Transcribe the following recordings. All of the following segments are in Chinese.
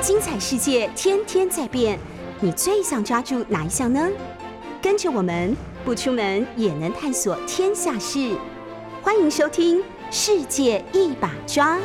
精彩世界天天在变，你最想抓住哪一项呢？跟着我们不出门也能探索天下事，欢迎收听《世界一把抓》。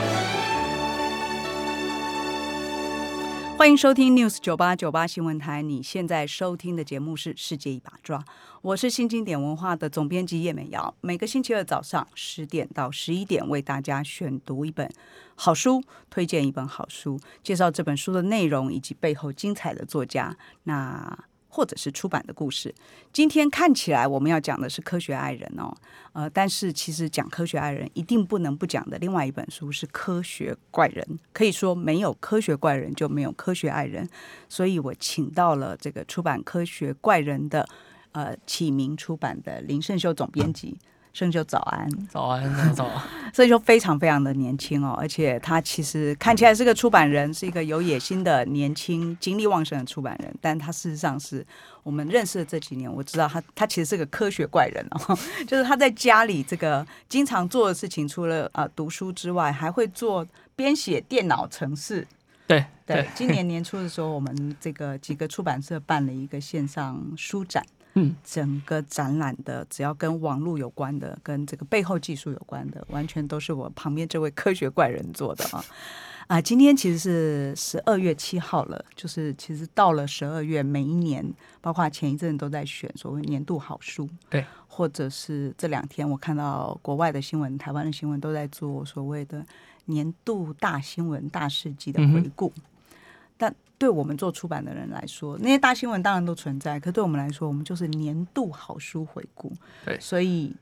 欢迎收听 News 9898新闻台，你现在收听的节目是《世界一把抓》，我是新经典文化的总编辑叶美瑶。每个星期二早上10点到11点，为大家选读一本好书，推荐一本好书，介绍这本书的内容以及背后精彩的作家，或者是出版的故事。今天看起来我们要讲的是科学爱人但是其实讲科学爱人一定不能不讲的另外一本书是科学怪人，可以说没有科学怪人就没有科学爱人，所以我请到了这个出版科学怪人的启明出版的林胜修总编辑。胜修早安。 早安，早安。 胜修非常非常的年轻而且他其实看起来是个出版人，是一个有野心的年轻精力旺盛的出版人，但他事实上是我们认识的这几年，我知道他其实是个科学怪人就是他在家里这个经常做的事情，除了读书之外，还会做编写电脑程式。 对， 今年年初的时候，我们这个几个出版社办了一个线上书展。整个展览的只要跟网络有关的，跟这个背后技术有关的，完全都是我旁边这位科学怪人做的今天其实是12月7号了，就是其实到了12月，每一年包括前一阵都在选所谓年度好书， 对，或者是这2天我看到国外的新闻，台湾的新闻都在做所谓的年度大新闻大事记的回顾。但对我们做出版的人来说，那些大新闻当然都存在，可对我们来说，我们就是年度好书回顾。 对， 所以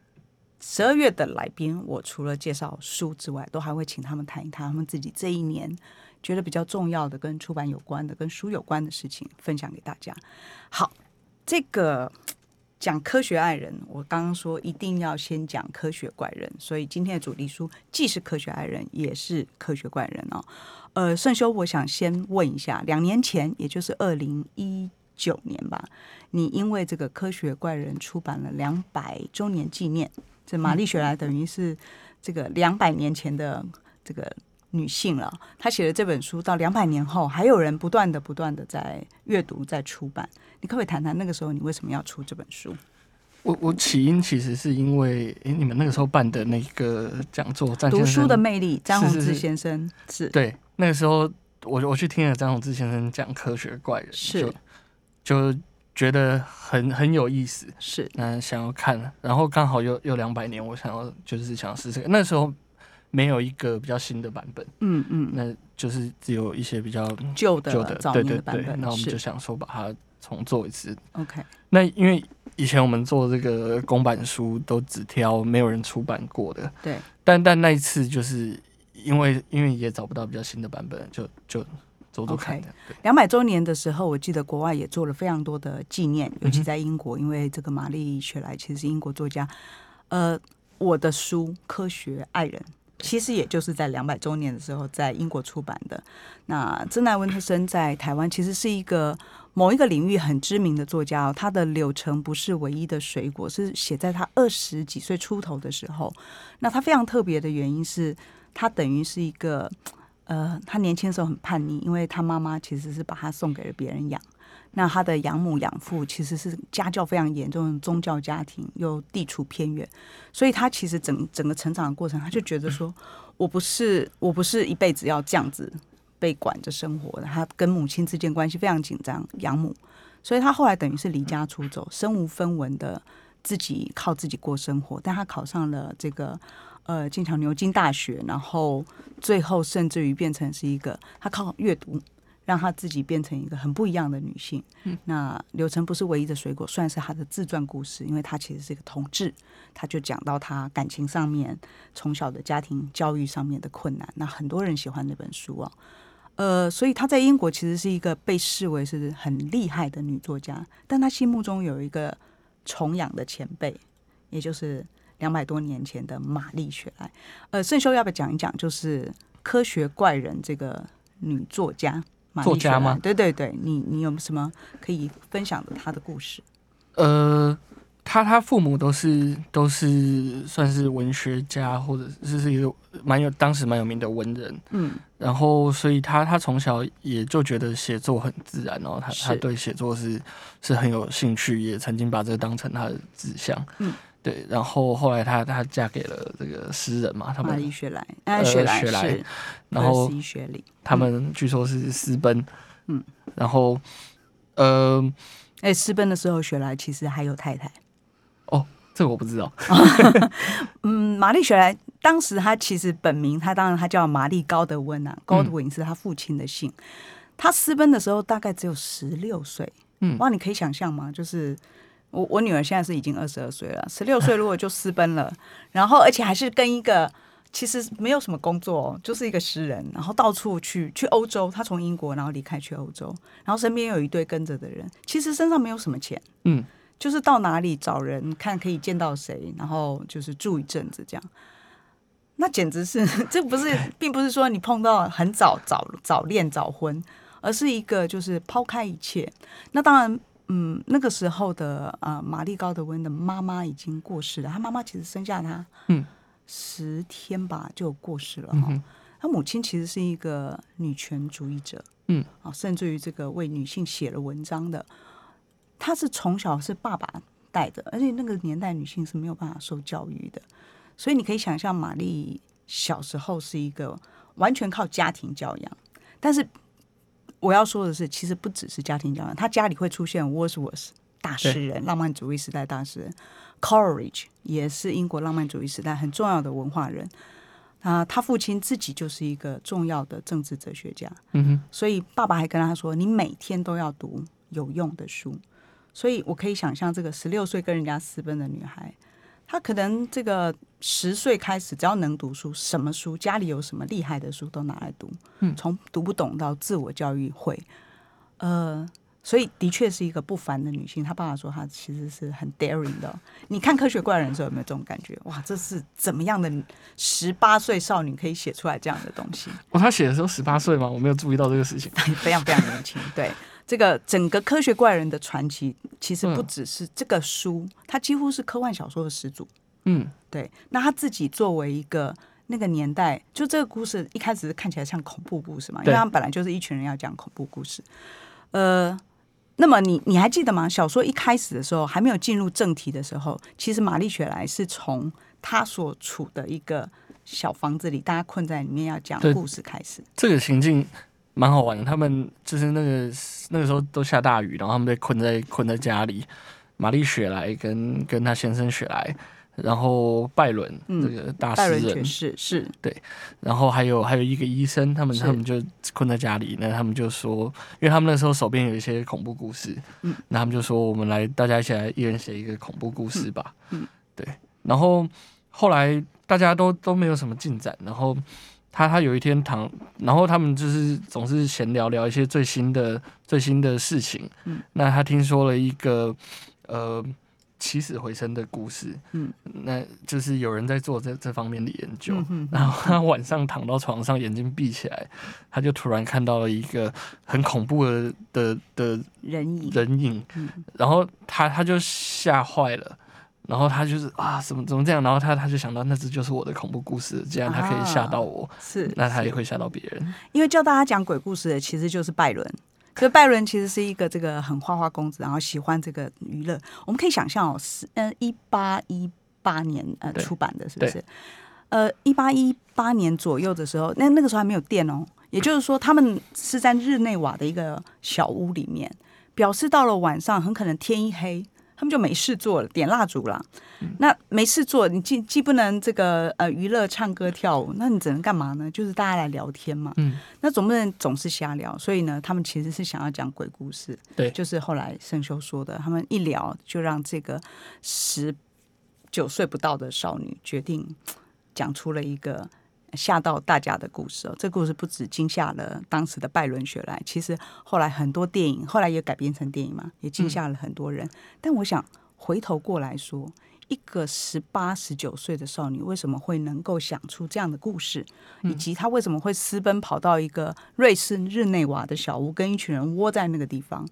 12月的来宾，我除了介绍书之外，都还会请他们谈一谈他们自己这一年觉得比较重要的跟出版有关的、跟书有关的事情，分享给大家。好，这个讲科学爱人，我刚刚说一定要先讲科学怪人，所以今天的主题书既是科学爱人，也是科学怪人胜修，我想先问一下，2年前，也就是2019年吧，你因为这个科学怪人出版了200周年纪念，这玛丽雪莱等于是这个200年前的这个女性了，她写了这本书，到200年后还有人不断的在阅读在出版，你可不可以谈谈那个时候你为什么要出这本书？ 我起因其实是因为你们那个时候办的那个讲座， 读书的魅力，张宏志先生是对，那个时候我去听了张宏志先生讲科学怪人，就觉得很有意思， 是想要看，然后刚好又200年，我想要试试。那时候没有一个比较新的版本，那就是只有一些比较旧的早年的版本， 那我们就想说把它重做一次。 OK， 那因为以前我们做这个公版书都只挑没有人出版过的， 对， 但那一次就是因为也找不到比较新的版本，就做看的。 200周年的时候，我记得国外也做了非常多的纪念，尤其在英国，因为这个玛丽雪莱其实是英国作家。我的书《科学爱人》其实也就是在200周年的时候在英国出版的。那珍奈温特森在台湾其实是一个某一个领域很知名的作家他的柳橙不是唯一的水果是写在他20几岁出头的时候。那他非常特别的原因是他等于是一个他年轻的时候很叛逆，因为他妈妈其实是把他送给了别人养，那他的养母养父其实是家教非常严重的宗教家庭，又地处偏远，所以他其实整个成长的过程，他就觉得说我不是一辈子要这样子被管着生活的，他跟母亲之间关系非常紧张，养母，所以他后来等于是离家出走，身无分文的靠自己过生活，但他考上了这个剑桥牛津大学，然后最后甚至于变成是一个他靠阅读让他自己变成一个很不一样的女性。那柳橙不是唯一的水果算是他的自传故事，因为他其实是一个同志，他就讲到他感情上面从小的家庭教育上面的困难，那很多人喜欢那本书所以他在英国其实是一个被视为是很厉害的女作家，但他心目中有一个崇仰的前辈，也就是200多年前的玛丽雪莱。胜修要不要讲一讲就是科学怪人这个女作家作家吗？ 对对对，你有什么可以分享的她的故事？ 他父母都是算是文学家，或者是一个当时蛮有名的文人，然后所以他从小也就觉得写作很自然，然后他对写作是很有兴趣，也曾经把这个当成他的志向，对，然后后来他嫁给了这个诗人嘛，他们玛丽雪莱，雪莱， 然后雪里， 他们据说是私奔，然后私奔的时候，雪莱其实还有太太。 哦，这个我不知道。 玛丽雪莱当时他其实本名，他当然他叫玛丽高德温啊，Godwin 是他父亲的姓。他私奔的时候大概只有16岁，哇，你可以想象吗？就是我女儿现在是已经22岁了，16岁如果就私奔了，然后而且还是跟一个其实没有什么工作，就是一个诗人，然后到处去欧洲，他从英国然后离开去欧洲，然后身边有一堆跟着的人，其实身上没有什么钱，就是到哪里找人看可以见到谁，然后就是住一阵子这样。那简直是，这不是，并不是说你碰到很早恋早婚，而是一个就是抛开一切。那当然，那个时候的玛丽高德温的妈妈已经过世了，她妈妈其实生下她10天吧就过世了哈。她母亲其实是一个女权主义者，甚至于这个为女性写了文章的。她是从小是爸爸带的，而且那个年代女性是没有办法受教育的，所以你可以想象玛丽小时候是一个完全靠家庭教养。但是我要说的是，其实不只是家庭教养，她家里会出现 Wordsworth 大诗人，浪漫主义时代大诗人 Coleridge 也是英国浪漫主义时代很重要的文化人。他父亲自己就是一个重要的政治哲学家，所以爸爸还跟他说，你每天都要读有用的书。所以我可以想象，这个16岁跟人家私奔的女孩，她可能这个10岁开始，只要能读书，什么书家里有什么厉害的书都拿来读，从读不懂到自我教育会，所以的确是一个不凡的女性。她爸爸说她其实是很 daring 的。你看《科学怪人》的时候有没有这种感觉？哇，这是怎么样的18岁少女可以写出来这样的东西？ 他写的时候18岁吗？我没有注意到这个事情。 非常非常年轻，对。这个整个科学怪人的传奇，其实不只是这个书，它几乎是科幻小说的始祖。对。那他自己作为一个那个年代，就这个故事一开始看起来像恐怖故事嘛，因为他们本来就是一群人要讲恐怖故事。那么你还记得吗？小说一开始的时候，还没有进入正题的时候，其实玛丽雪莱是从她所处的一个小房子里，大家困在里面要讲故事开始。 这个情境蛮好玩的，他们就是那个时候都下大雨，然后他们被困在家里。玛丽雪莱跟他先生雪莱，然后拜伦这个大诗人，拜伦是对，然后还有一个医生，他们就困在家里，那他们就说，因为他们那时候手边有一些恐怖故事，那他们就说我们大家一起来一人写一个恐怖故事吧，对，然后后来大家都没有什么进展，然后他有一天然后他们就是总是闲聊一些最新的事情，那他听说了一个起死回生的故事，那就是有人在做这方面的研究，然后他晚上躺到床上，眼睛闭起来，他就突然看到了一个很恐怖的人影，然后他就吓坏了。然后他就是怎么这样，然后他就想到那这就是我的恐怖故事，既然他可以吓到我，那他也会吓到别人。 因为教大家讲鬼故事的其实就是拜伦，所以拜伦其实是一个这个很花花公子，然后喜欢这个娱乐。我们可以想象1818年出版的，是不是？1818年左右的时候，那个时候还没有电哦，也就是说他们是在日内瓦的一个小屋里面，表示到了晚上很可能天一黑。他们就没事做了，点蜡烛啦。那没事做，你既不能这个娱乐、唱歌、跳舞，那你只能干嘛呢？就是大家来聊天嘛。那总不能总是瞎聊，所以呢，他们其实是想要讲鬼故事。 对， 就是后来圣修说的，他们一聊就让这个19岁不到的少女决定讲出了一个吓到大家的故事哦。这故事不止惊吓了当时的拜伦雪莱，其实后来很多电影后来也改编成电影嘛，也惊吓了很多人。但我想回头过来说，一个18、19岁的少女为什么会能够想出这样的故事，以及她为什么会私奔跑到一个瑞士日内瓦的小屋，跟一群人窝在那个地方，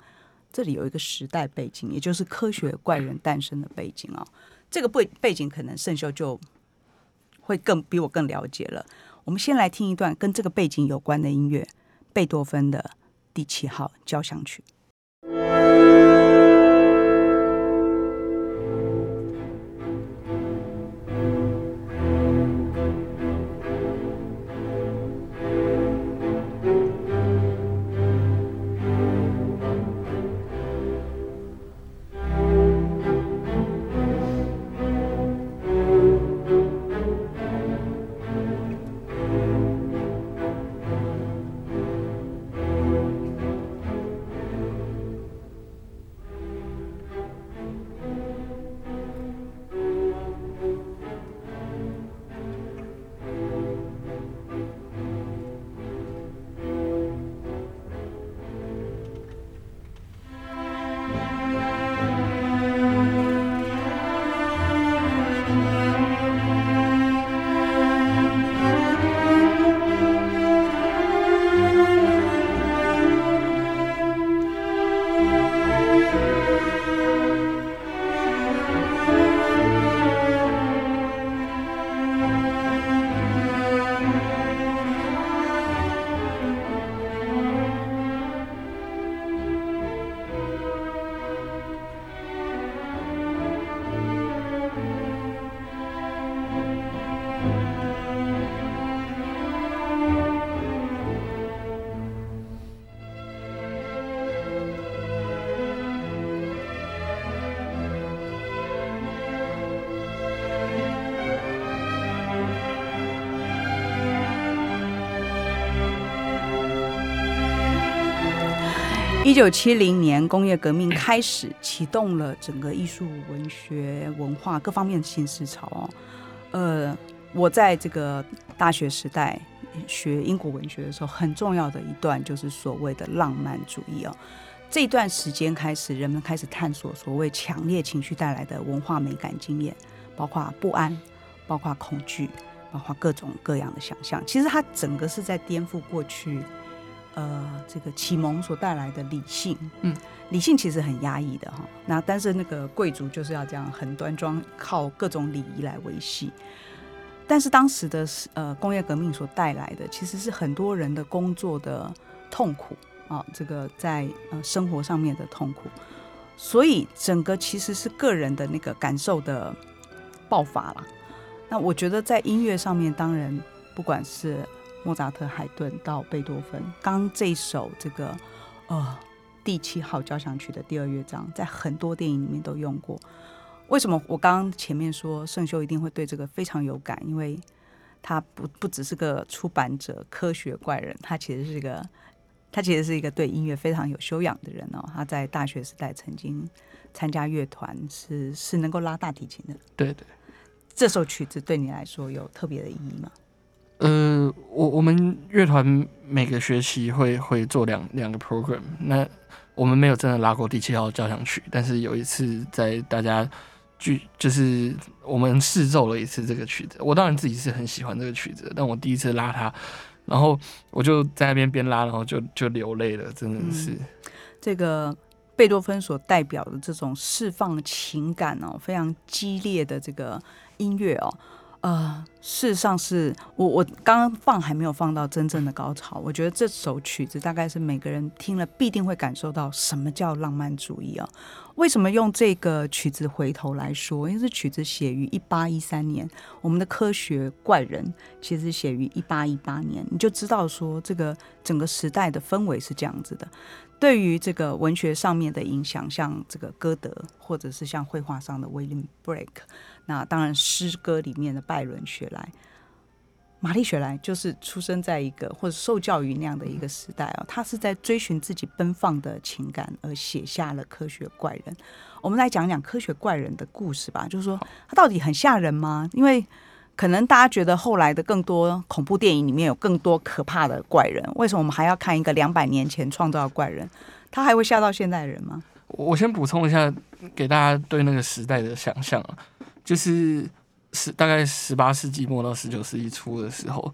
这里有一个时代背景，也就是科学怪人诞生的背景这个背景可能圣修就会比我更了解了。我们先来听一段跟这个背景有关的音乐，贝多芬的第7号交响曲。1970年工业革命开始，启动了整个艺术、文学、文化各方面的新思潮我在这个大学时代学英国文学的时候，很重要的一段就是所谓的浪漫主义这一段时间开始，人们开始探索所谓强烈情绪带来的文化美感经验，包括不安，包括恐惧，包括各种各样的想象。其实它整个是在颠覆过去这个启蒙所带来的理性。理性其实很压抑的那但是那个贵族就是要这样很端庄，靠各种礼仪来维系。但是当时的工业革命所带来的，其实是很多人的工作的痛苦这个在生活上面的痛苦，所以整个其实是个人的那个感受的爆发啦。那我觉得在音乐上面，当然不管是莫扎特、海顿到贝多芬，刚这一首这个第7号交响曲的第2乐章，在很多电影里面都用过。为什么我刚刚前面说圣修一定会对这个非常有感？因为他不只是个出版者、科学怪人，他其实是一个对音乐非常有修养的人他在大学时代曾经参加乐团，是能够拉大提琴的。 对对。 这首曲子对你来说有特别的意义吗？ 我们乐团每个学期会做两个 program， 那我们没有真的拉过第7号交响曲，但是有一次在大家就是我们试奏了一次这个曲子。我当然自己是很喜欢这个曲子，但我第一次拉它，然后我就在那边边拉，然后就流泪了，真的是。 这个贝多芬所代表的这种释放情感非常激烈的这个音乐事实上是我刚刚放还没有放到真正的高潮。我觉得这首曲子大概是每个人听了必定会感受到什么叫浪漫主义为什么用这个曲子回头来说？因为这曲子写于1813年，我们的科学怪人其实写于1818年，你就知道说这个整个时代的氛围是这样子的。对于这个文学上面的影响，像这个歌德，或者是像绘画上的 William Blake， 那当然诗歌里面的拜伦·雪莱，玛丽·雪莱就是出生在一个或者受教于那样的一个时代他是在追寻自己奔放的情感而写下了科学怪人。我们来讲讲科学怪人的故事吧，就是说他到底很吓人吗？因为可能大家觉得后来的更多恐怖电影里面有更多可怕的怪人，为什么我们还要看一个200年前创造的怪人？他还会吓到现代人吗？ 我先补充一下，给大家对那个时代的想象就是大概18世纪末到19世纪初的时候，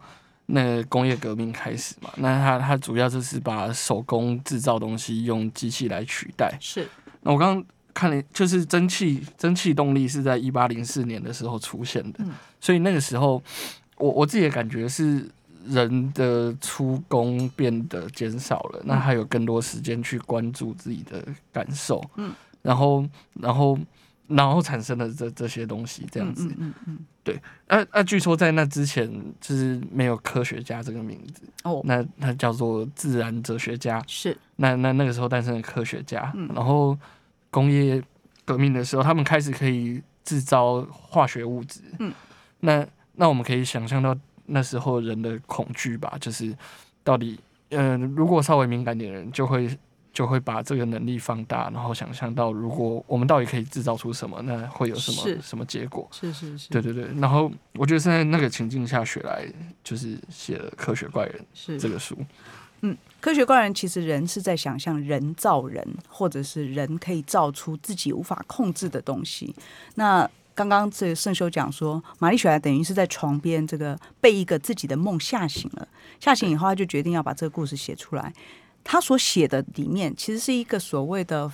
那工业革命开始嘛，那它主要就是把手工制造东西用机器来取代。 是。 那我刚刚看了，就是蒸汽动力是在1804年的时候出现的，所以那个时候我自己的感觉是人的出工变得减少了，那还有更多时间去关注自己的感受，然后产生了这些东西，这样子，对。据说在那之前就是没有科学家这个名字，那叫做自然哲学家， 是。 那个时候诞生了科学家，然后工业革命的时候，他们开始可以制造化学物质，那我们可以想象到那时候人的恐惧吧，就是到底，如果稍微敏感点的人就会把这个能力放大，然后想象到如果我们到底可以制造出什么，那会有什么结果？ 是， 对。然后我觉得是在那个情境下，雪莱就是写了《科学怪人》这个书。 科学怪人其实人是在想象人造人，或者是人可以造出自己无法控制的东西。那刚刚这个圣修讲说，玛丽雪莱等于是在床边这个被一个自己的梦吓醒了，吓醒以后他就决定要把这个故事写出来。他所写的里面其实是一个所谓的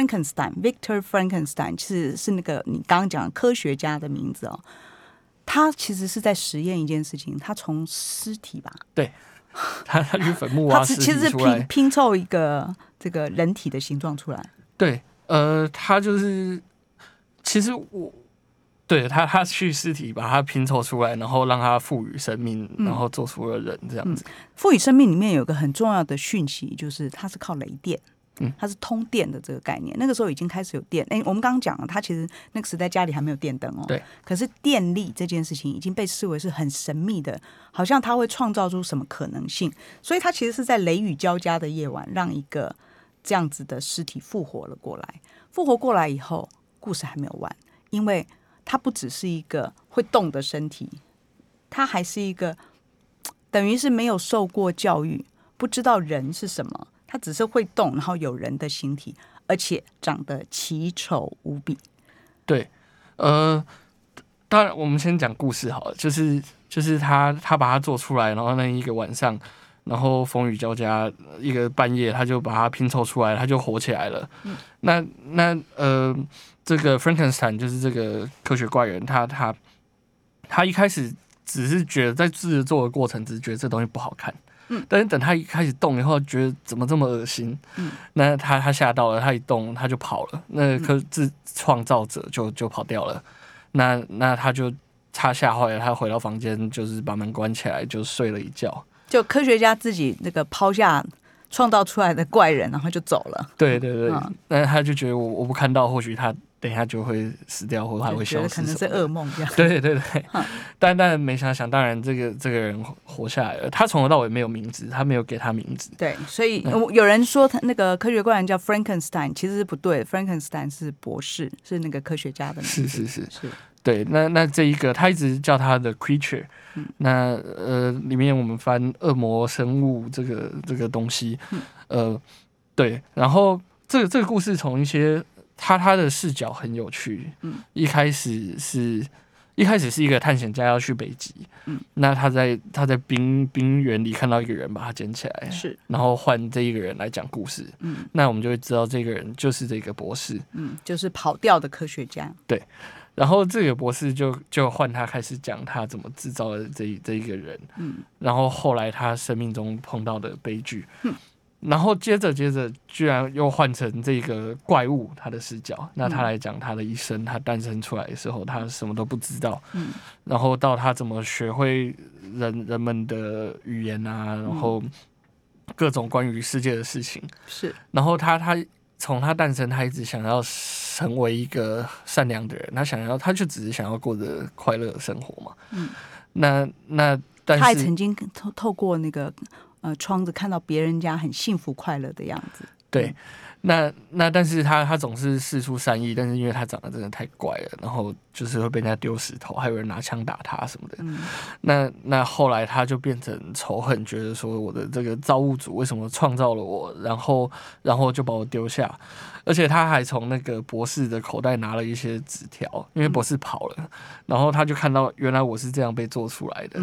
Victor Frankenstein， 是那个你刚刚讲的科学家的名字哦。他其实是在实验一件事情，他从尸体吧， 对，他去坟墓挖尸体出来， 他其实是拼凑一个这个人体的形状出来。 对，他就是其实对他去尸体把它拼凑出来，然后让它赋予生命，然后做出了人这样子。 赋予生命里面有个很重要的讯息，就是它是靠雷电，它是通电的这个概念。那个时候已经开始有电，我们刚刚讲了，它其实那个时代家里还没有电灯哦。 对。 可是电力这件事情已经被视为是很神秘的，好像它会创造出什么可能性，所以它其实是在雷雨交加的夜晚，让一个这样子的尸体复活了过来。复活过来以后，故事还没有完，因为它不只是一个会动的身体，它还是一个等于是没有受过教育，不知道人是什么，它只是会动，然后有人的形体，而且长得奇丑无比。 对，当然我们先讲故事好了，就是他把它做出来，然后那一个晚上，然后风雨交加，一个半夜他就把它拼凑出来，他就火起来了。那这个 Frankenstein 就是这个科学怪人，他一开始只是觉得在制作的过程，只是觉得这东西不好看。但是等他一开始动以后，觉得怎么这么恶心？那他吓到了，他一动他就跑了，那创造者就跑掉了。那他吓坏了，他回到房间就是把门关起来，就睡了一觉。 就科学家自己那个抛下创造出来的怪人，然后就走了。 对，那他就觉得我不看到，或许他等一下就会死掉，或者还会消失， 可能是噩梦这样。 对，但没想，当然这个人活下来了。他从头到尾没有名字，他没有给他名字。 对，所以有人说他那个科学怪人叫 Frankenstein， 其实是不对 ，Frankenstein 是博士，是那个科学家的名字。是。 对，那这一个他一直叫他的 creature，那里面我们翻恶魔生物这个东西，对，然后这个故事从一些他的视角很有趣，一开始是一个探险家要去北极，那他在冰原里看到一个人把他捡起来， 是， 然后换这一个人来讲故事，那我们就会知道这个人就是这个博士， 就是跑掉的科学家， 对。然后这个博士就换他开始讲他怎么制造的这一个人，然后后来他生命中碰到的悲剧，然后接着居然又换成这个怪物他的视角，那他来讲他的一生，他诞生出来的时候他什么都不知道，然后到他怎么学会人们的语言啊，然后各种关于世界的事情， 是，然后他从他诞生，他一直想要成为一个善良的人，他就只是想要过着快乐的生活嘛。那但是他也曾经透过那个窗子看到别人家很幸福快乐的样子。 对，那但是他总是释出善意，但是因为他长得真的太怪了，然后就是会被人家丢石头，还有人拿枪打他什么的。那后来他就变成仇恨，觉得说我的这个造物主为什么创造了我，然后就把我丢下，而且他还从那个博士的口袋拿了一些纸条，因为博士跑了，然后他就看到原来我是这样被做出来的。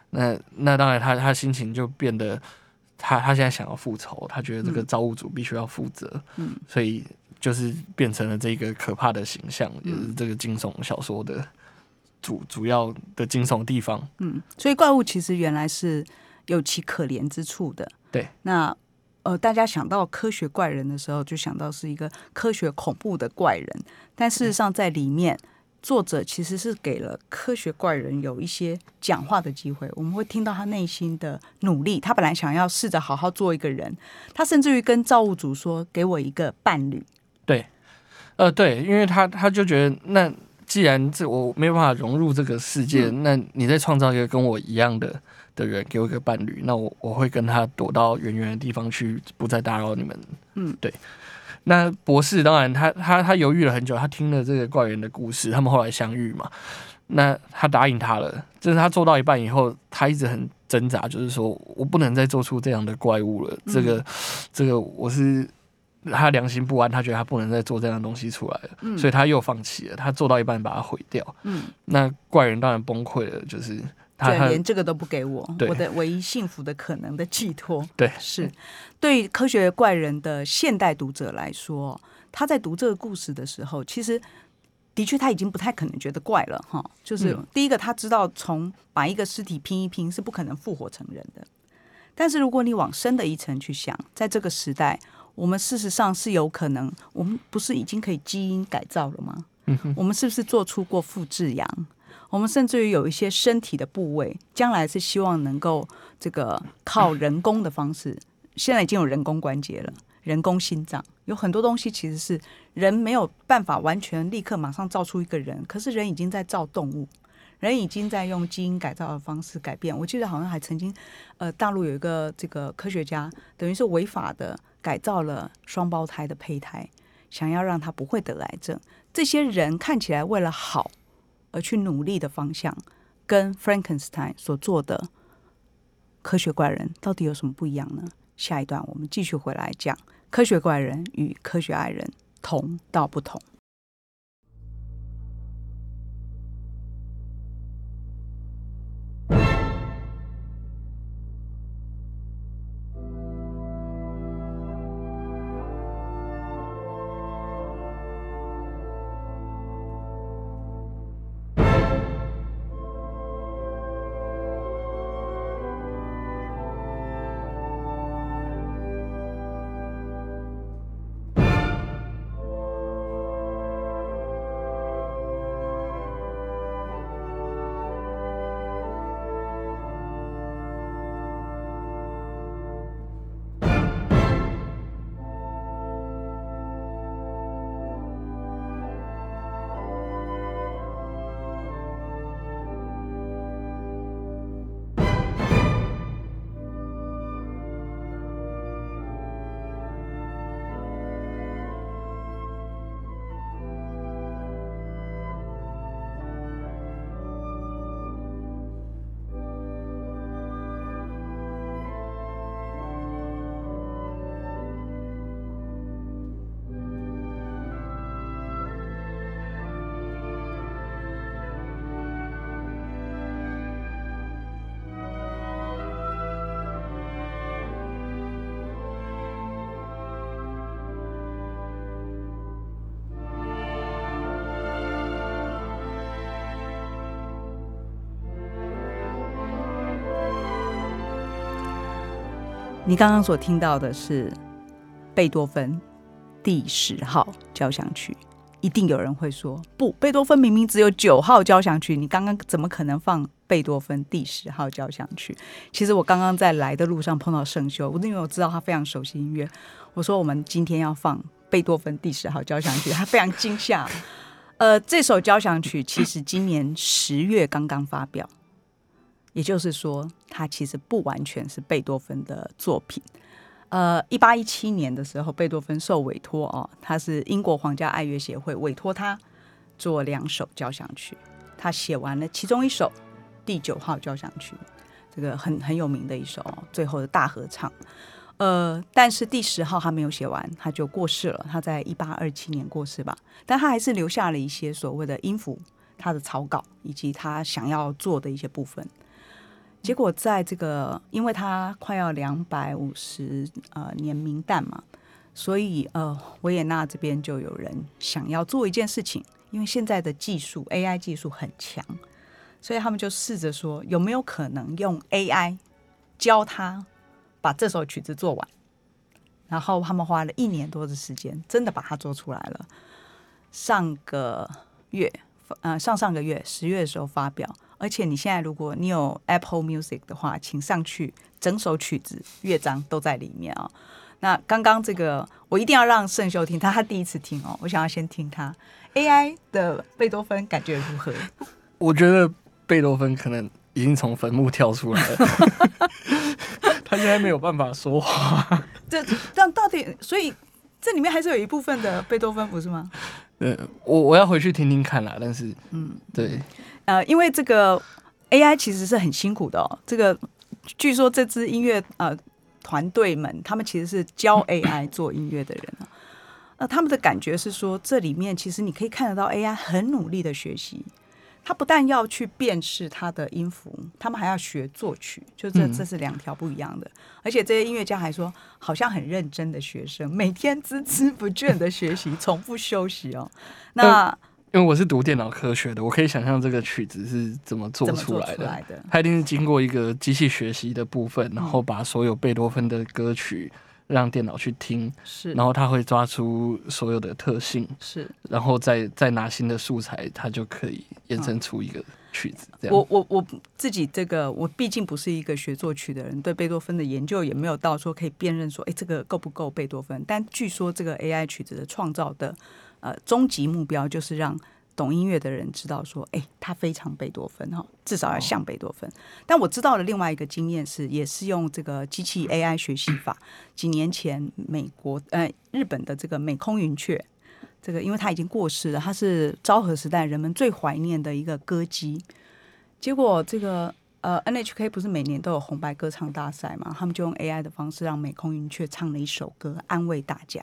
那当然他心情就变得他现在想要复仇，他觉得这个造物主必须要负责，所以就是变成了这个可怕的形象，也是这个惊悚小说的主要的惊悚地方。 所以怪物其实原来是有其可怜之处的。 对， 那大家想到科学怪人的时候，就想到是一个科学恐怖的怪人，但事实上在里面，作者其实是给了科学怪人有一些讲话的机会，我们会听到他内心的努力。他本来想要试着好好做一个人，他甚至于跟造物主说：“给我一个伴侣。” 对，对，因为他就觉得，那既然我没有办法融入这个世界，那你再创造一个跟我一样的人，给我一个伴侣，那我会跟他躲到远远的地方去，不再打扰你们。对。那博士当然他犹豫了很久，他听了这个怪人的故事，他们后来相遇嘛，那他答应他了，就是他做到一半以后，他一直很挣扎，就是说我不能再做出这样的怪物了，这个我是他良心不安，他觉得他不能再做这样的东西出来了，所以他又放弃了，他做到一半把它毁掉。那怪人当然崩溃了，就是他连这个都不给我的唯一幸福的可能的寄托。 对， 是对于科学怪人的现代读者来说，他在读这个故事的时候，其实的确他已经不太可能觉得怪了哈。就是第一个，他知道从把一个尸体拼一拼是不可能复活成人的，但是如果你往深的一层去想，在这个时代，我们事实上是有可能，我们不是已经可以基因改造了吗？我们是不是做出过复制羊？我们甚至于有一些身体的部位，将来是希望能够这个靠人工的方式，现在已经有人工关节了，人工心脏，有很多东西其实是人没有办法完全立刻马上造出一个人，可是人已经在造动物，人已经在用基因改造的方式改变。我记得好像还曾经大陆有一个这个科学家，等于是违法的改造了双胞胎的胚胎，想要让他不会得癌症。这些人看起来为了好而去努力的方向，跟 Frankenstein 所做的科学怪人到底有什么不一样呢？下一段我们继续回来讲科学怪人与科学爱人同道不同。你刚刚所听到的是贝多芬第10号交响曲。一定有人会说，不，贝多芬明明只有9号交响曲，你刚刚怎么可能放贝多芬第10号交响曲？其实我刚刚在来的路上碰到圣修，因为我知道他非常熟悉音乐，我说我们今天要放贝多芬第10号交响曲，他非常惊吓。这首交响曲其实今年10月刚刚发表，也就是说它其实不完全是贝多芬的作品。1817年的时候，贝多芬受委托他是英国皇家爱乐协会委托他做2首交响曲，他写完了其中一首第9号交响曲，这个很有名的一首最后的大合唱。但是第10号他没有写完，他就过世了，他在1827年过世吧，但他还是留下了一些所谓的音符，他的草稿以及他想要做的一些部分。 结果在这个，因为他快要250年名旦嘛，所以维也纳这边就有人想要做一件事情，因为现在的技术 AI 技术很强，所以他们就试着说有没有可能用 AI 教他把这首曲子做完。然后他们花了1年多的时间，真的把它做出来了。上个月10月的时候发表。而且你现在如果你有 Apple Music 的话，请上去，整首曲子乐章都在里面哦。那刚刚这个我一定要让盛修听，他第一次听哦，我想要先听他 AI 的贝多芬感觉如何？ 我觉得贝多芬可能已经从坟墓跳出来了，他现在没有办法说话。 这到底，所以这里面还是有一部分的贝多芬，不是吗？ 我要回去听听看啦，但是对。 因为这个 AI 其实是很辛苦的哦。这个据说这支音乐团队们，他们其实是教 AI 做音乐的人他们的感觉是说，这里面其实你可以看得到 AI 很努力的学习，他不但要去辨识它的音符，他们还要学作曲，就这是2条不一样的。而且这些音乐家还说，好像很认真的学生，每天孜孜不倦的学习，从不休息哦。那因为我是读电脑科学的，我可以想象这个曲子是怎么做出来的。它一定是经过一个机器学习的部分，然后把所有贝多芬的歌曲让电脑去听，然后它会抓出所有的特性，然后再拿新的素材，它就可以衍生出一个曲子。这样我自己我毕竟不是一个学作曲的人，对贝多芬的研究也没有到说可以辨认说，这个够不够贝多芬？但据说这个 AI 曲子的创造的终极目标就是让懂音乐的人知道说，他非常贝多芬至少要像贝多芬。但我知道的另外一个经验是，也是用这个机器 AI 学习法。几年前，日本的这个美空云雀，这个因为他已经过世了，他是昭和时代人们最怀念的一个歌姬。结果这个NHK 不是每年都有红白歌唱大赛嘛？他们就用 AI 的方式让美空云雀唱了一首歌，安慰大家。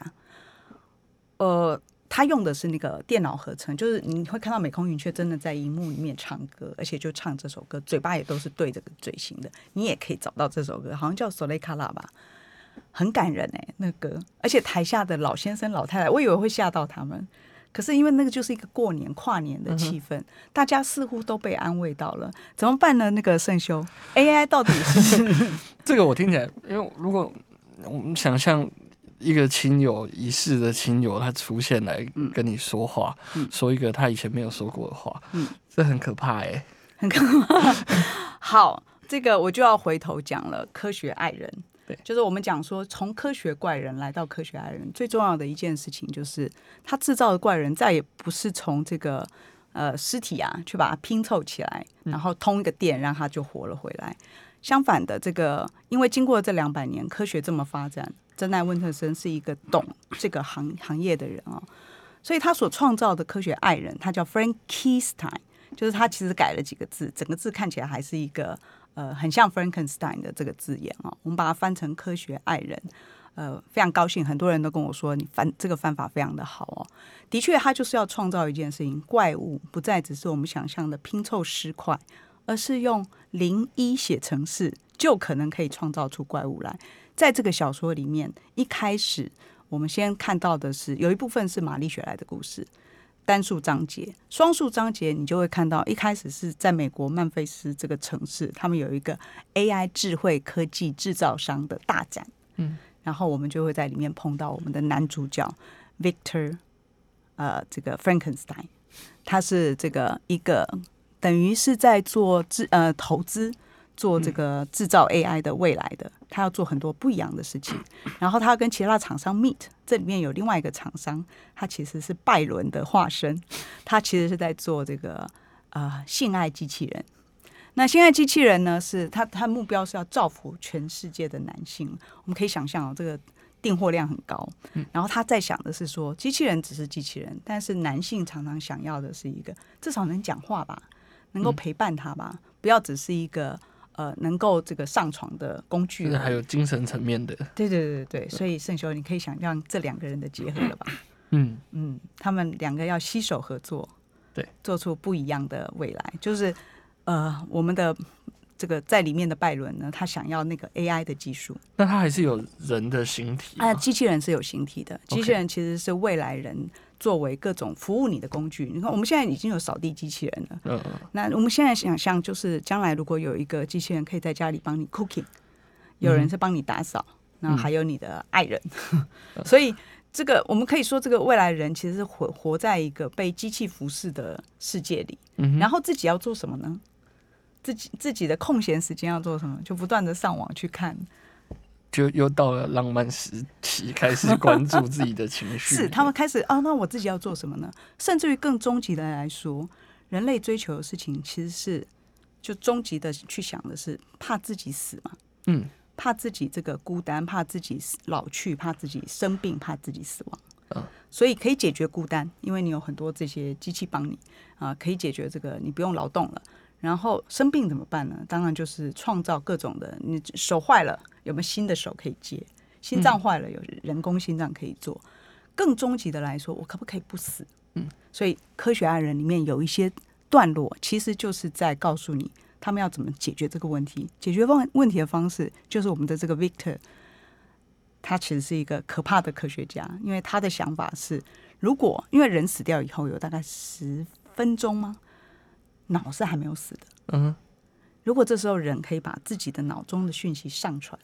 他用的是那个电脑合成，就是你会看到美空云雀真的在荧幕里面唱歌，而且就唱这首歌，嘴巴也都是对着嘴型的。你也可以找到这首歌，好像叫《索雷卡拉》吧，很感人那个歌。而且台下的老先生老太太，我以为会吓到他们，可是因为那个就是一个过年跨年的气氛，大家似乎都被安慰到了。怎么办呢？那个盛修 AI 到底是这个我听起来，因为如果我们想象一个亲友已逝的亲友，他出现来跟你说话，说一个他以前没有说过的话，这很可怕很可怕。好，这个我就要回头讲了，科学爱人。对，就是我们讲说，从科学怪人来到科学爱人，最重要的一件事情就是他制造的怪人再也不是从这个尸体去把它拼凑起来，然后通一个电让它就活了回来。相反的，这个因为经过这200年，科学这么发展，珍奈温特森是一个懂这个行业的人所以他所创造的科学爱人，他叫 Frankenstein， 就是他其实改了几个字，整个字看起来还是一个很像 Frankenstein 的这个字眼我们把它翻成科学爱人。非常高兴，很多人都跟我说你这个翻法非常的好的确，他就是要创造一件事情，怪物不再只是我们想象的拼凑尸块，而是用01写程式就可能可以创造出怪物来。在这个小说里面，一开始我们先看到的是有一部分是玛丽雪莱的故事，单数章节，双数章节你就会看到一开始是在美国曼菲斯这个城市，他们有一个 AI 智慧科技制造商的大展，然后我们就会在里面碰到我们的男主角 Victor 这个 Frankenstein， 他是这个一个等于是在做投资做这个制造 AI 的未来的，他要做很多不一样的事情，然后他要跟其他厂商 meet， 这里面有另外一个厂商，他其实是拜伦的化身，他其实是在做这个性爱机器人。那性爱机器人呢，是他目标是要造福全世界的男性。我们可以想象这个订货量很高，然后他在想的是说，机器人只是机器人，但是男性常常想要的是一个至少能讲话吧，能够陪伴他吧，不要只是一个能够这个上床的工具， 还有精神层面的。 对，所以盛修，你可以想象这2个人的结合了吧？他们2个要携手合作，对，做出不一样的未来。就是我们的这个在里面的拜伦呢，他想要那个 AI 的技术。 那他还是有人的形体吗？ 机器人是有形体的，机器人其实是未来人作为各种服务你的工具。你看，我们现在已经有扫地机器人了。那我们现在想象，就是将来如果有一个机器人可以在家里帮你 cooking， 有人是帮你打扫，然后还有你的爱人，所以这个我们可以说，这个未来人其实是活在一个被机器服侍的世界里。然后自己要做什么呢？自己的空闲时间要做什么？就不断的上网去看， 就又到了浪漫时期，开始关注自己的情绪。 是他们开始那我自己要做什么呢？甚至于更终极的来说，人类追求的事情其实是就终极的去想的是怕自己死嘛，怕自己这个孤单，怕自己老去，怕自己生病，怕自己死亡。所以可以解决孤单，因为你有很多这些机器帮你可以解决这个你不用劳动了。然后生病怎么办呢？当然就是创造各种的，你手坏了有没有新的手可以接？心脏坏了有人工心脏可以做。更终极的来说，我可不可以不死？所以科学爱人里面有一些段落，其实就是在告诉你他们要怎么解决这个问题。解决问题的方式就是我们的这个 Victor， 他其实是一个可怕的科学家，因为他的想法是，如果因为人死掉以后有大概10分钟吗？脑是还没有死的。如果这时候人可以把自己的脑中的讯息上传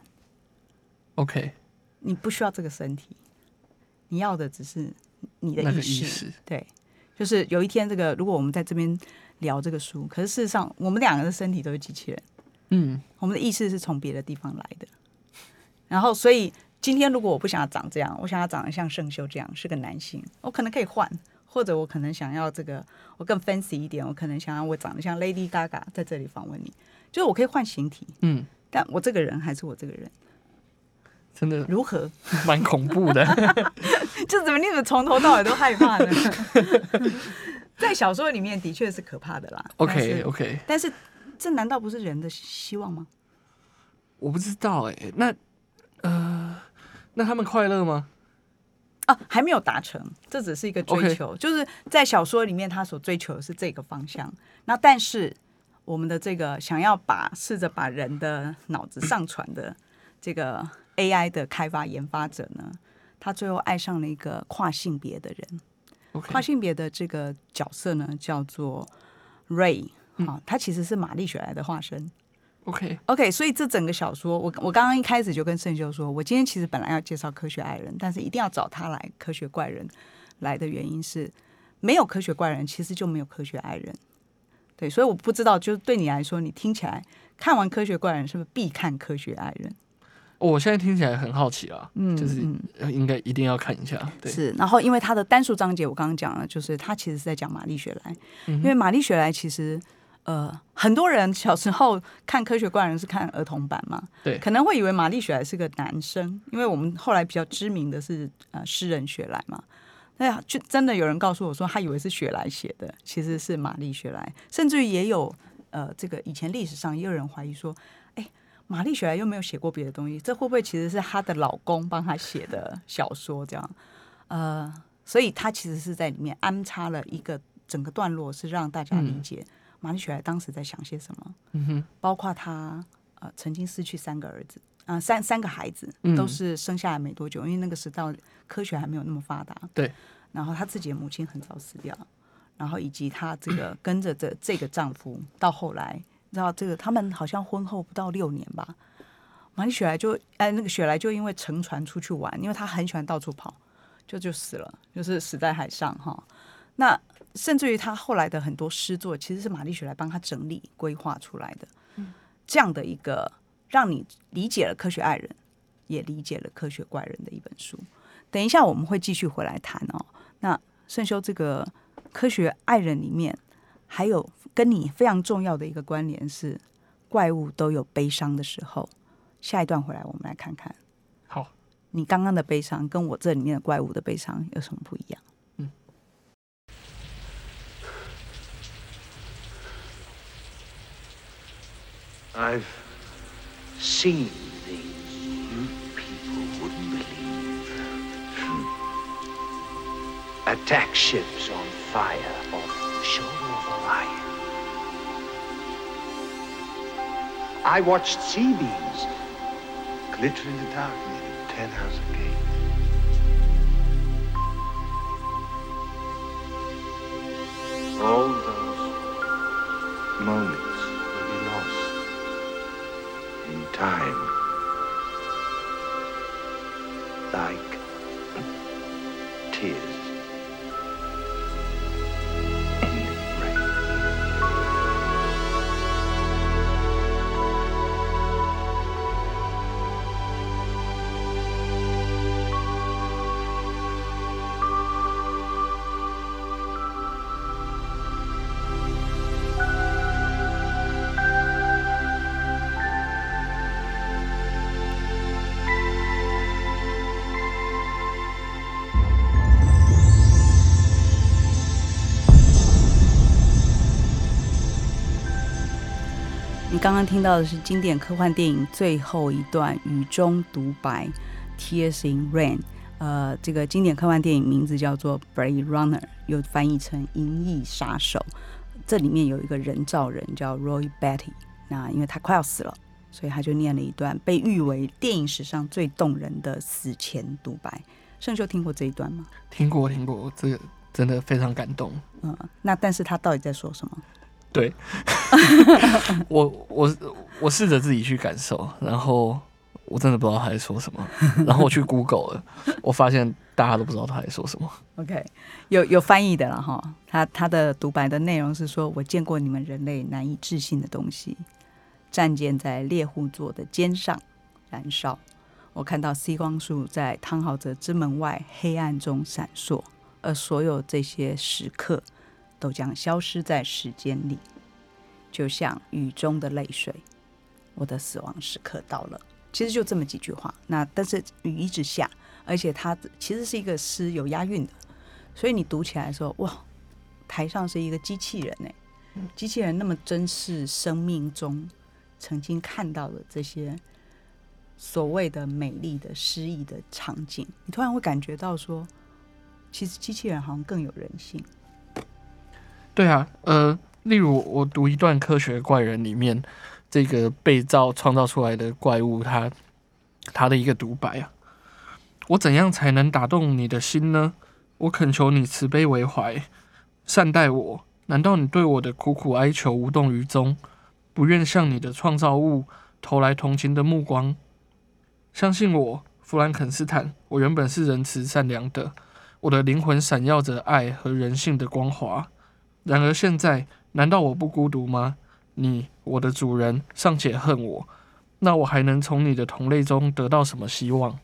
，OK， 你不需要这个身体，你要的只是你的意识。对，就是有一天这个，如果我们在这边聊这个书，可是事实上我们2个的身体都是机器人，我们的意识是从别的地方来的。然后，所以今天如果我不想要长这样，我想要长得像圣修这样是个男性，我可能可以换。或者我可能想要这个，我更 fancy 一点，我可能想要我长得像 Lady Gaga 在这里访问你，就是我可以换形体，但我这个人还是我这个人， 真的如何？ 蛮恐怖的， 就怎么你怎么从头到尾都害怕呢？在小说里面的确是可怕的啦。 OK， 但是这难道不是人的希望吗？ 我不知道那他们快乐吗？ 还没有达成，这只是一个追求，就是在小说里面他所追求的是这个方向。那但是我们的这个想要试着把人的脑子上传的这个 AI 的开发研发者呢，他最后爱上了一个跨性别的人。跨性别的这个角色呢叫做 Ray，他其实是玛丽雪莱的化身。OK， 所以这整个小说，我刚刚一开始就跟圣修说，我今天其实本来要介绍科学爱人，但是一定要找他来科学怪人来的原因是，没有科学怪人，其实就没有科学爱人。对，所以我不知道，就是对你来说，你听起来看完科学怪人是不是必看科学爱人？ 我现在听起来很好奇啦，就是应该一定要看一下。对， 是，然后因为他的单数章节，我刚刚讲了，就是他其实是在讲玛丽雪莱，因为玛丽雪莱其实。很多人小时候看科学怪人是看儿童版嘛， 对， 可能会以为玛丽雪莱是个男生，因为我们后来比较知名的是诗人雪莱嘛，那就真的有人告诉我说他以为是雪莱写的，其实是玛丽雪莱，甚至于也有这个以前历史上也有人怀疑说，玛丽雪莱又没有写过别的东西，这会不会其实是她的老公帮她写的小说这样？所以他其实是在里面安插了一个整个段落，是让大家理解。玛丽雪莱当时在想些什么？包括他曾经失去3个儿子3个孩子，都是生下来没多久，因为那个时代科学还没有那么发达。 对， 然后他自己的母亲很早死掉，然后以及他这个跟着这个丈夫到后来，你知道这个他们好像婚后不到6年吧，玛丽雪莱就那个雪莱就因为乘船出去玩，因为他很喜欢到处跑，就死了，就是死在海上哈。那甚至于他后来的很多诗作，其实是玛丽雪莱帮他整理规划出来的。这样的一个让你理解了科学爱人，也理解了科学怪人的一本书。等一下我们会继续回来谈哦。那圣修这个科学爱人里面，还有跟你非常重要的一个关联是，怪物都有悲伤的时候。下一段回来我们来看看， 好， 你刚刚的悲伤跟我这里面的怪物的悲伤有什么不一样 ？I've seen things you people wouldn't believe. Attack ships on fire off the shoulder of Orion. I watched sea beams glitter in the dark near the 10-house gate. All those moments will be lost in time, like tears in rain. 你刚刚听到的是经典科幻电影最后一段雨中独白 Tears in Rain。这个经典科幻电影名字叫做 Blade Runner， 又翻译成银翼杀手。这里面有一个人造人叫 Roy Batty， 那因为他快要死了，所以他就念了一段被誉为电影史上最动人的死前独白。盛秀听过这一段吗？ 听过，这个真的非常感动。 那但是他到底在说什么？ 对，我试着自己去感受，然后我真的不知道他在说什么，然后我去 Google 了，我发现大家都不知道他在说什么。 OK， 有翻译的了哈，他的独白的内容是说：我见过你们人类难以置信的东西，战舰在猎户座的肩上燃烧，我看到 C 光束在汤豪泽之门外黑暗中闪烁，而所有这些时刻都将消失在时间里，就像雨中的泪水，我的死亡时刻到了。其实就这么几句话，那但是雨一直下，而且它其实是一个诗，有押韵的，所以你读起来的时候，哇，台上是一个机器人欸，机器人那么珍视生命中曾经看到的这些所谓的美丽的诗意的场景，你突然会感觉到说，其实机器人好像更有人性。 对啊，例如我读一段《科学怪人》里面，这个被创造出来的怪物，他的一个独白啊，我怎样才能打动你的心呢？我恳求你慈悲为怀，善待我。难道你对我的苦苦哀求无动于衷，不愿向你的创造物投来同情的目光？相信我，弗兰肯斯坦，我原本是仁慈善良的，我的灵魂闪耀着爱和人性的光华。然而现在，难道我不孤独吗？你，我的主人，尚且恨我，那我还能从你的同类中得到什么希望？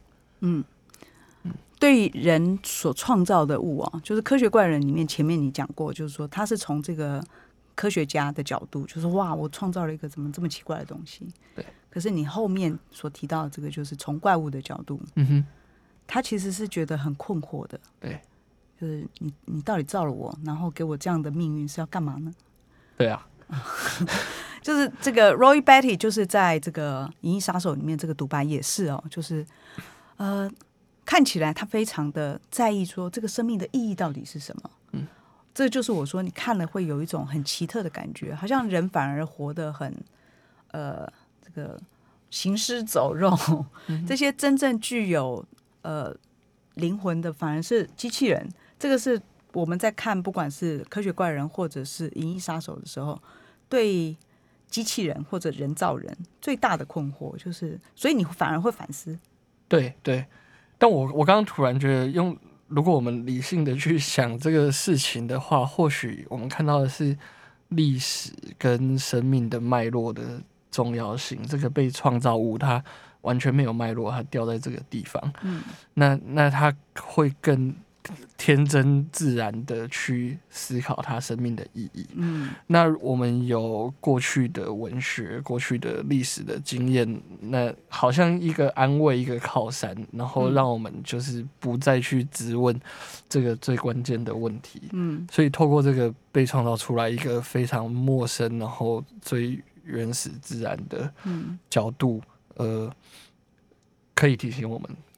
对人所创造的物啊，就是《科学怪人》里面前面你讲过，就是说他是从这个科学家的角度，就是哇，我创造了一个怎么这么奇怪的东西。 对。 可是你后面所提到的这个，就是从怪物的角度，他其实是觉得很困惑的。 对。 就是你到底造了我，然后给我这样的命运是要干嘛呢？ 对啊， 就是这个 Roy Batty 就是在这个《银翼杀手》里面这个独白也是哦，就是看起来他非常的在意说这个生命的意义到底是什么。这就是我说你看了会有一种很奇特的感觉，好像人反而活得很这个行尸走肉，这些真正具有灵魂的反而是机器人。这个是我们在看不管是科学怪人或者是银翼杀手的时候，对机器人或者人造人最大的困惑就是，所以你反而会反思。 对对，但我刚刚突然觉得，如果我们理性的去想这个事情的话，或许我们看到的是历史跟生命的脉络的重要性。这个被创造物它完全没有脉络，它掉在这个地方，那它会更天真自然的去思考它生命的意义。那我们有过去的文学、过去的历史的经验，那好像一个安慰、一个靠山，然后让我们就是不再去质问这个最关键的问题。所以透过这个被创造出来一个非常陌生，然后最原始自然的角度，可以提醒我们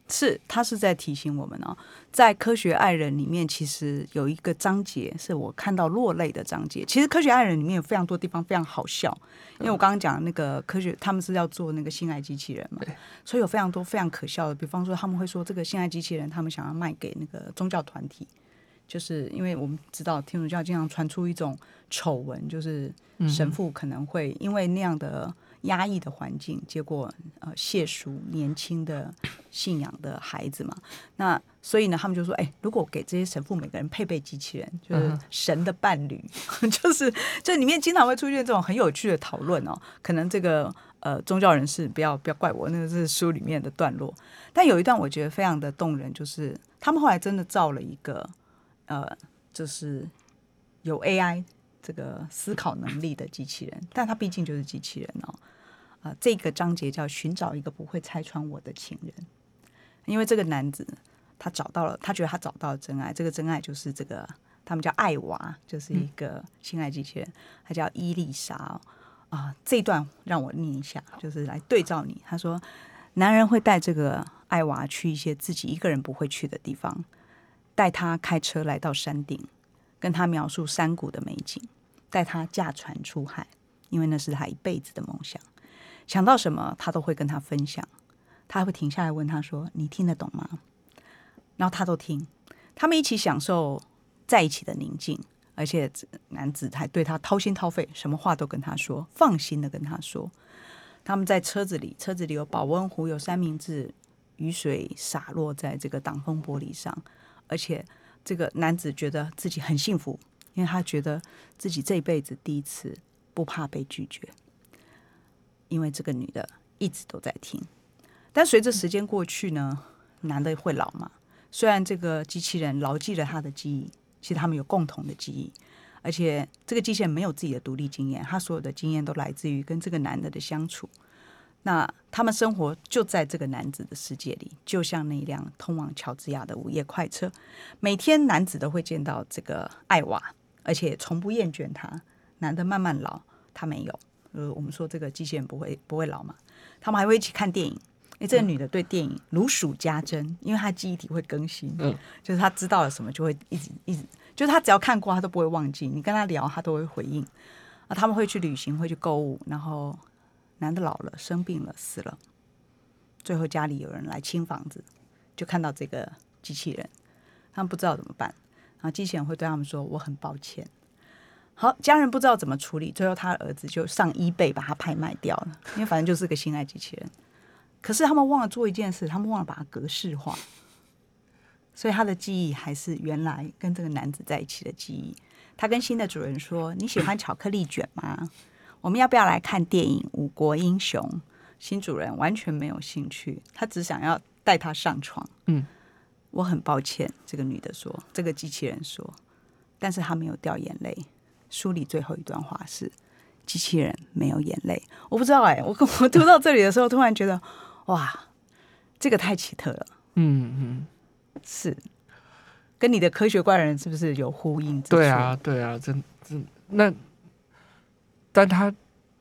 他是在提醒我们哦，在科学爱人里面，其实有一个章节是我看到落泪的章节。其实科学爱人里面有非常多地方非常好笑，因为我刚刚讲那个科学，他们是要做那个性爱机器人嘛，所以有非常多非常可笑的。比方说，他们会说这个性爱机器人，他们想要卖给那个宗教团体，就是因为我们知道天主教经常传出一种丑闻，就是神父可能会因为那样的压抑的环境，结果亵渎年轻的信仰的孩子嘛。那所以呢，他们就说，如果给这些神父每个人配备机器人，就是神的伴侣，就是这里面经常会出现这种很有趣的讨论哦。可能这个宗教人士不要怪我，那个是书里面的段落。但有一段我觉得非常的动人，就是他们后来真的造了一个就是有 AI 这个思考能力的机器人，但它毕竟就是机器人哦。这个章节叫寻找一个不会拆穿我的情人，因为这个男子他觉得他找到了真爱，这个真爱就是这个他们叫艾娃，就是一个性爱机器人，他叫伊丽莎这一段让我念一下，就是来对照你。他说，男人会带这个艾娃去一些自己一个人不会去的地方，带他开车来到山顶，跟他描述山谷的美景，带他驾船出海，因为那是他一辈子的梦想。想到什么他都会跟他分享，他还会停下来问他说，你听得懂吗？然后他都听，他们一起享受在一起的宁静，而且男子还对他掏心掏肺，什么话都跟他说，放心的跟他说。他们在车子里有保温壶，有三明治，雨水洒落在这个挡风玻璃上，而且这个男子觉得自己很幸福，因为他觉得自己这一辈子第一次不怕被拒绝，因为这个女的一直都在听。但随着时间过去呢，男的会老嘛，虽然这个机器人牢记了他的记忆，其实他们有共同的记忆，而且这个机器人没有自己的独立经验，他所有的经验都来自于跟这个男的的相处。那他们生活就在这个男子的世界里，就像那辆通往乔治亚的午夜快车，每天男子都会见到这个艾娃，而且从不厌倦他。男的慢慢老，他没有。我们说这个机器人不会老嘛，他们还会一起看电影。这个女的对电影如数家珍，因为她记忆体会更新，就是她知道了什么就会一直，就是她只要看过她都不会忘记，你跟她聊她都会回应。他们会去旅行，会去购物，然后男的老了，生病了，死了，最后家里有人来清房子，就看到这个机器人，他们不知道怎么办，然后机器人会对他们说，我很抱歉。好，家人不知道怎么处理，最后他的儿子就上eBay把他拍卖掉了，因为反正就是个性爱机器人。可是他们忘了做一件事，他们忘了把它格式化，所以他的记忆还是原来跟这个男子在一起的记忆。他跟新的主人说，你喜欢巧克力卷吗？我们要不要来看电影《五国英雄》？新主人完全没有兴趣，他只想要带他上床。我很抱歉，这个女的说，这个机器人说，但是他没有掉眼泪。书里最后一段话是，机器人没有眼泪。我不知道我读到这里的时候，突然觉得，哇，这个太奇特了。是跟你的科学怪人是不是有呼应之处？ 对啊，真那，但他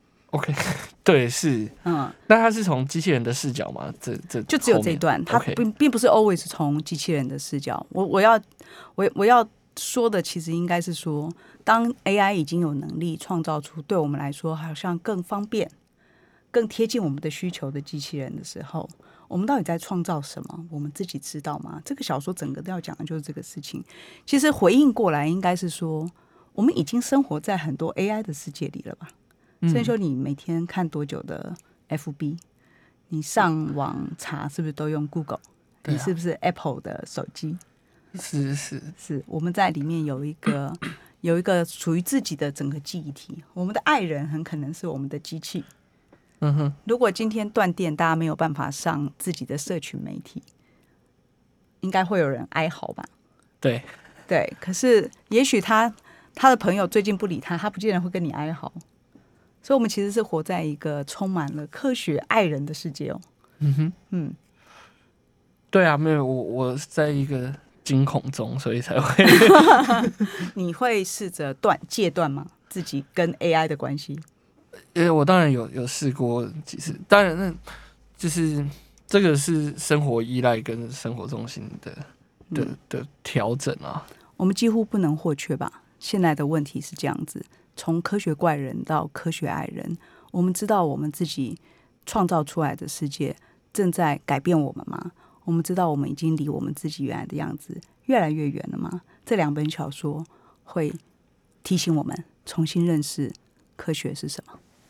OK 对是，但他是从机器人的视角嘛？这就只有这一段，他并不是 always 从机器人的视角。我要说的其实应该是说，当 AI 已经有能力创造出对我们来说好像更方便、更贴近我们的需求的机器人的时候，我们到底在创造什么？我们自己知道吗？这个小说整个都要讲的就是这个事情。其实回应过来应该是说，我们已经生活在很多 AI 的世界里了吧？所以说，你每天看多久的 FB， 你上网查是不是都用 Google？你是不是 Apple 的手机？是，我们在里面有一个属于自己的整个记忆体。我们的爱人很可能是我们的机器。如果今天断电，大家没有办法上自己的社群媒体，应该会有人哀嚎吧？对。可是也许他的朋友最近不理他，他不见得会跟你哀嚎。所以，我们其实是活在一个充满了科学爱人的世界哦。 对啊，没有我在一个惊恐中，所以才会。 你会试着戒断吗？自己跟 AI 的关系？ 我当然有试过几次，当然那就是这个是生活依赖跟生活重心的调整啊。 我们几乎不能或缺吧。现在的问题是这样子，从科学怪人到科学爱人，我们知道我们自己创造出来的世界正在改变我们吗？我们知道我们已经离我们自己原来的样子越来越远了吗？这2本小说会提醒我们重新认识科学是什么。